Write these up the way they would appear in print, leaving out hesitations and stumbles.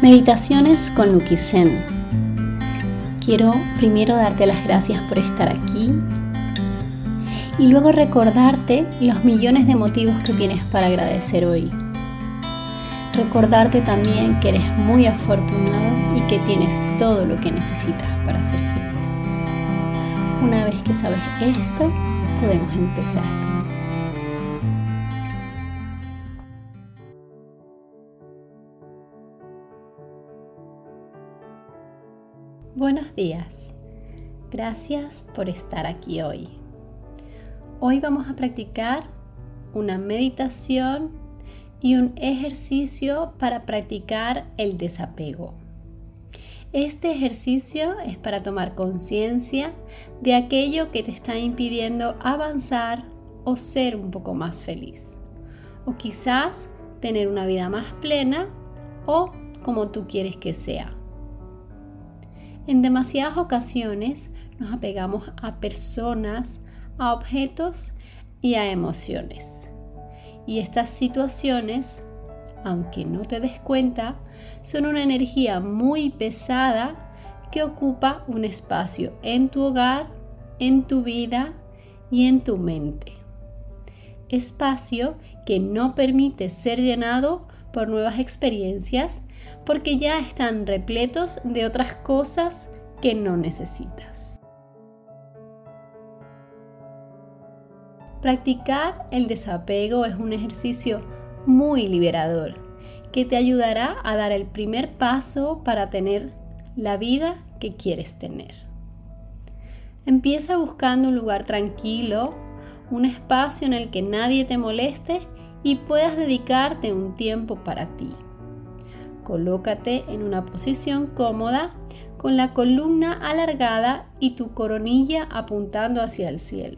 Meditaciones con Nuki Zen. Quiero primero darte las gracias por estar aquí y luego recordarte los millones de motivos que tienes para agradecer hoy. Recordarte también que eres muy afortunado y que tienes todo lo que necesitas para ser feliz. Una vez que sabes esto, podemos empezar. Buenos días. Gracias por estar aquí hoy. Hoy vamos a practicar una meditación y un ejercicio para practicar el desapego. Este ejercicio es para tomar conciencia de aquello que te está impidiendo avanzar o ser un poco más feliz. O quizás tener una vida más plena o como tú quieres que sea. En demasiadas ocasiones nos apegamos a personas, a objetos y a emociones. Y estas situaciones, aunque no te des cuenta, son una energía muy pesada que ocupa un espacio en tu hogar, en tu vida y en tu mente. Espacio que no permite ser llenado por nuevas experiencias porque ya están repletos de otras cosas que no necesitas. Practicar el desapego es un ejercicio muy liberador que te ayudará a dar el primer paso para tener la vida que quieres tener. Empieza buscando un lugar tranquilo, un espacio en el que nadie te moleste y puedas dedicarte un tiempo para ti. Colócate en una posición cómoda con la columna alargada y tu coronilla apuntando hacia el cielo.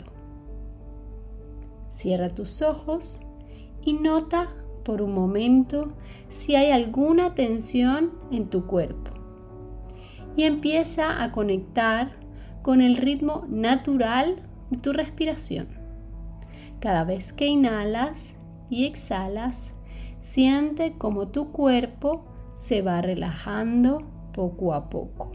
Cierra tus ojos y nota por un momento si hay alguna tensión en tu cuerpo. Y empieza a conectar con el ritmo natural de tu respiración. Cada vez que inhalas y exhalas, siente cómo tu cuerpo se va relajando poco a poco.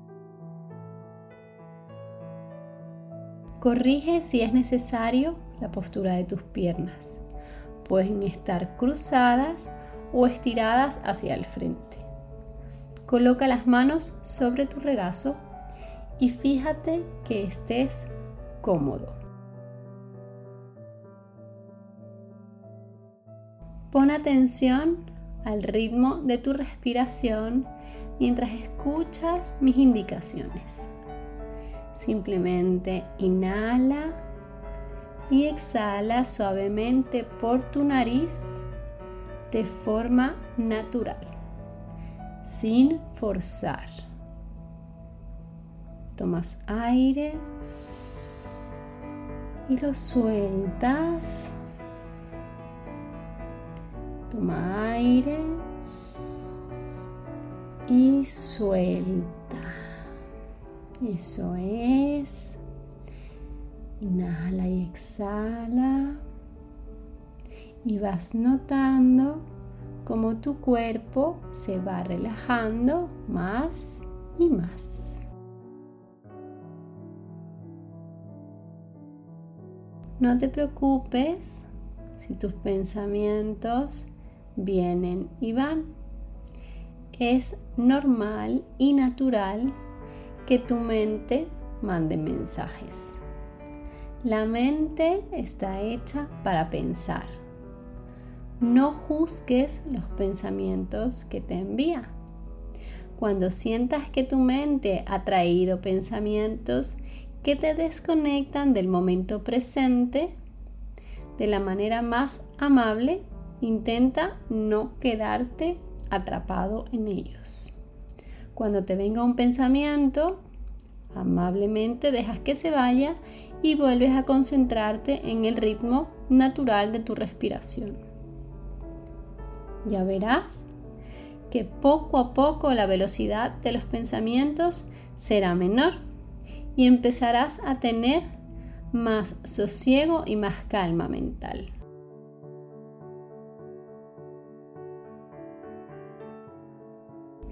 Corrige si es necesario la postura de tus piernas. Pueden estar cruzadas o estiradas hacia el frente. Coloca las manos sobre tu regazo y fíjate que estés cómodo. Pon atención al ritmo de tu respiración mientras escuchas mis indicaciones. Simplemente inhala y exhala suavemente por tu nariz de forma natural, sin forzar. Tomas aire y lo sueltas. Toma aire y suelta. Eso es. Inhala y exhala. Y vas notando cómo tu cuerpo se va relajando más y más. No te preocupes si tus pensamientos vienen y van. Es normal y natural que tu mente mande mensajes. La mente está hecha para pensar. No juzgues los pensamientos que te envía. Cuando sientas que tu mente ha traído pensamientos que te desconectan del momento presente, de la manera más amable, intenta no quedarte atrapado en ellos. Cuando te venga un pensamiento, amablemente dejas que se vaya y vuelves a concentrarte en el ritmo natural de tu respiración. Ya verás que poco a poco la velocidad de los pensamientos será menor y empezarás a tener más sosiego y más calma mental.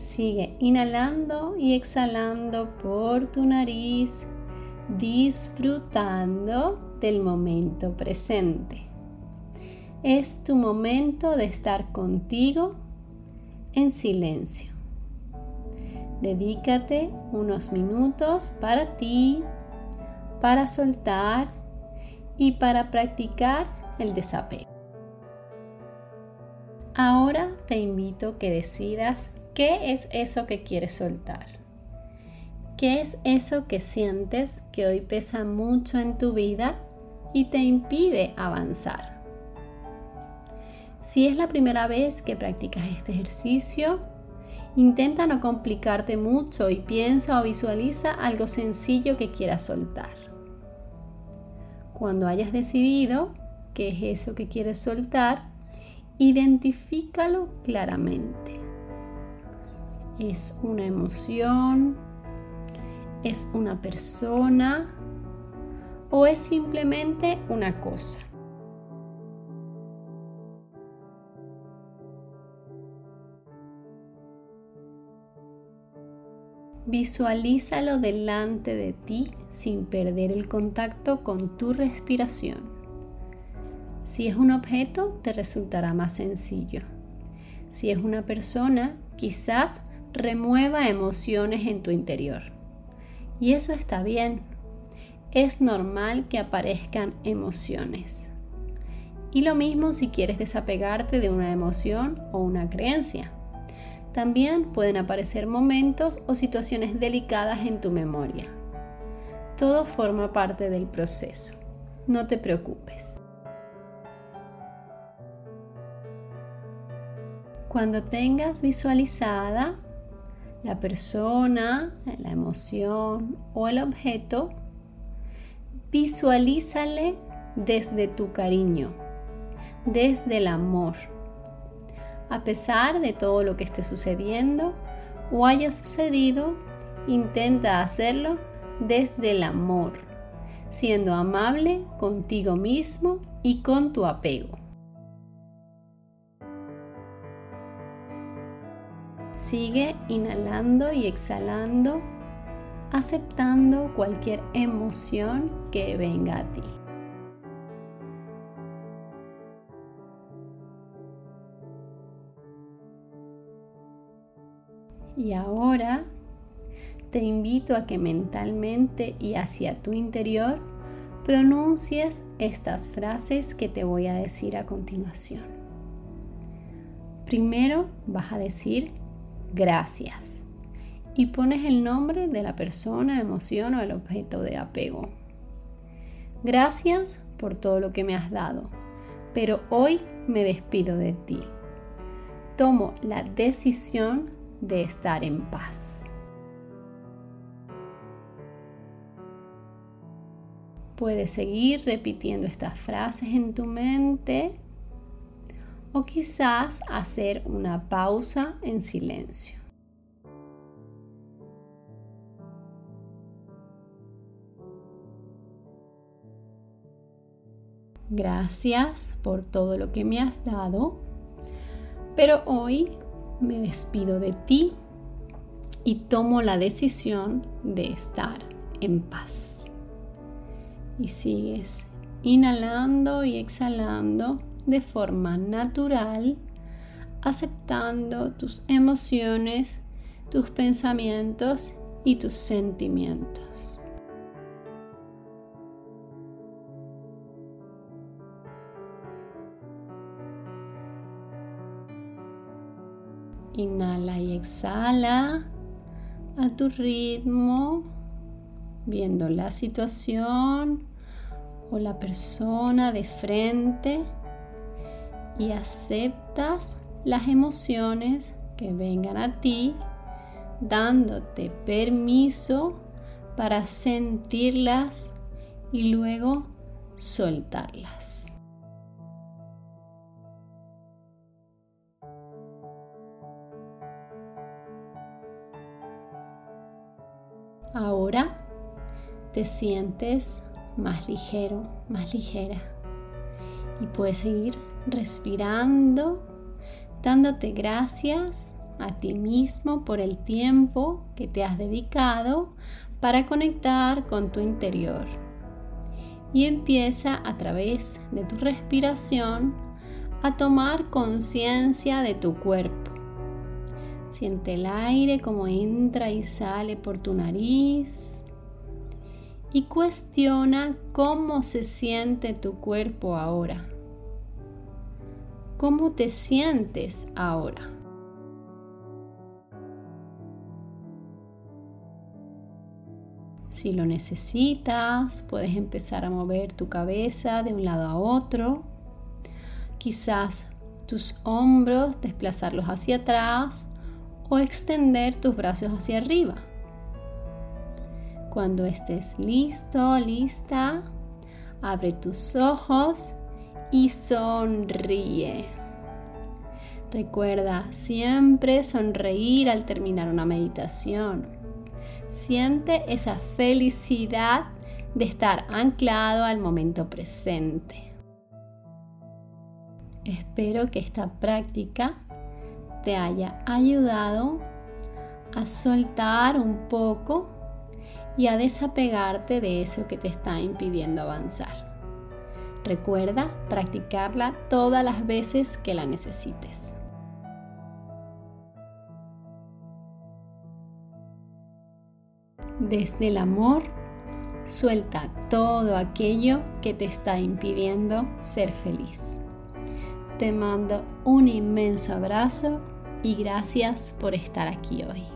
Sigue inhalando y exhalando por tu nariz, disfrutando del momento presente. Es tu momento de estar contigo en silencio. Dedícate unos minutos para ti, para soltar y para practicar el desapego. Ahora te invito a que decidas qué es eso que quieres soltar. ¿Qué es eso que sientes que hoy pesa mucho en tu vida y te impide avanzar? Si es la primera vez que practicas este ejercicio, intenta no complicarte mucho y piensa o visualiza algo sencillo que quieras soltar. Cuando hayas decidido qué es eso que quieres soltar, identifícalo claramente. ¿Es una emoción? ¿Es una persona? ¿O es simplemente una cosa? Visualízalo delante de ti sin perder el contacto con tu respiración. Si es un objeto, te resultará más sencillo. Si es una persona, quizás remueva emociones en tu interior. Y eso está bien. Es normal que aparezcan emociones. Y lo mismo si quieres desapegarte de una emoción o una creencia. También pueden aparecer momentos o situaciones delicadas en tu memoria. Todo forma parte del proceso. No te preocupes. Cuando tengas visualizada la persona, la emoción o el objeto, visualízale desde tu cariño, desde el amor. A pesar de todo lo que esté sucediendo o haya sucedido, intenta hacerlo desde el amor, siendo amable contigo mismo y con tu apego. Sigue inhalando y exhalando, aceptando cualquier emoción que venga a ti. Y ahora te invito a que mentalmente y hacia tu interior pronuncies estas frases que te voy a decir a continuación. Primero vas a decir gracias y pones el nombre de la persona, emoción o el objeto de apego. Gracias por todo lo que me has dado, pero hoy me despido de ti. Tomo la decisión de estar en paz. Puedes seguir repitiendo estas frases en tu mente o quizás hacer una pausa en silencio. Gracias por todo lo que me has dado, pero hoy me despido de ti y tomo la decisión de estar en paz. Y sigues inhalando y exhalando de forma natural, aceptando tus emociones, tus pensamientos y tus sentimientos. Inhala y exhala a tu ritmo, viendo la situación o la persona de frente y aceptas las emociones que vengan a ti, dándote permiso para sentirlas y luego soltarlas. Ahora te sientes más ligero, más ligera y puedes seguir respirando, dándote gracias a ti mismo por el tiempo que te has dedicado para conectar con tu interior. Y empieza a través de tu respiración a tomar conciencia de tu cuerpo. Siente el aire como entra y sale por tu nariz y cuestiona cómo se siente tu cuerpo ahora. ¿Cómo te sientes ahora? Si lo necesitas, puedes empezar a mover tu cabeza de un lado a otro. Quizás tus hombros, desplazarlos hacia atrás o extender tus brazos hacia arriba. Cuando estés listo, lista, abre tus ojos y sonríe. Recuerda siempre sonreír al terminar una meditación. Siente esa felicidad de estar anclado al momento presente. Espero que esta práctica te haya ayudado a soltar un poco y a desapegarte de eso que te está impidiendo avanzar. Recuerda practicarla todas las veces que la necesites. Desde el amor, suelta todo aquello que te está impidiendo ser feliz. Te mando un inmenso abrazo y gracias por estar aquí hoy.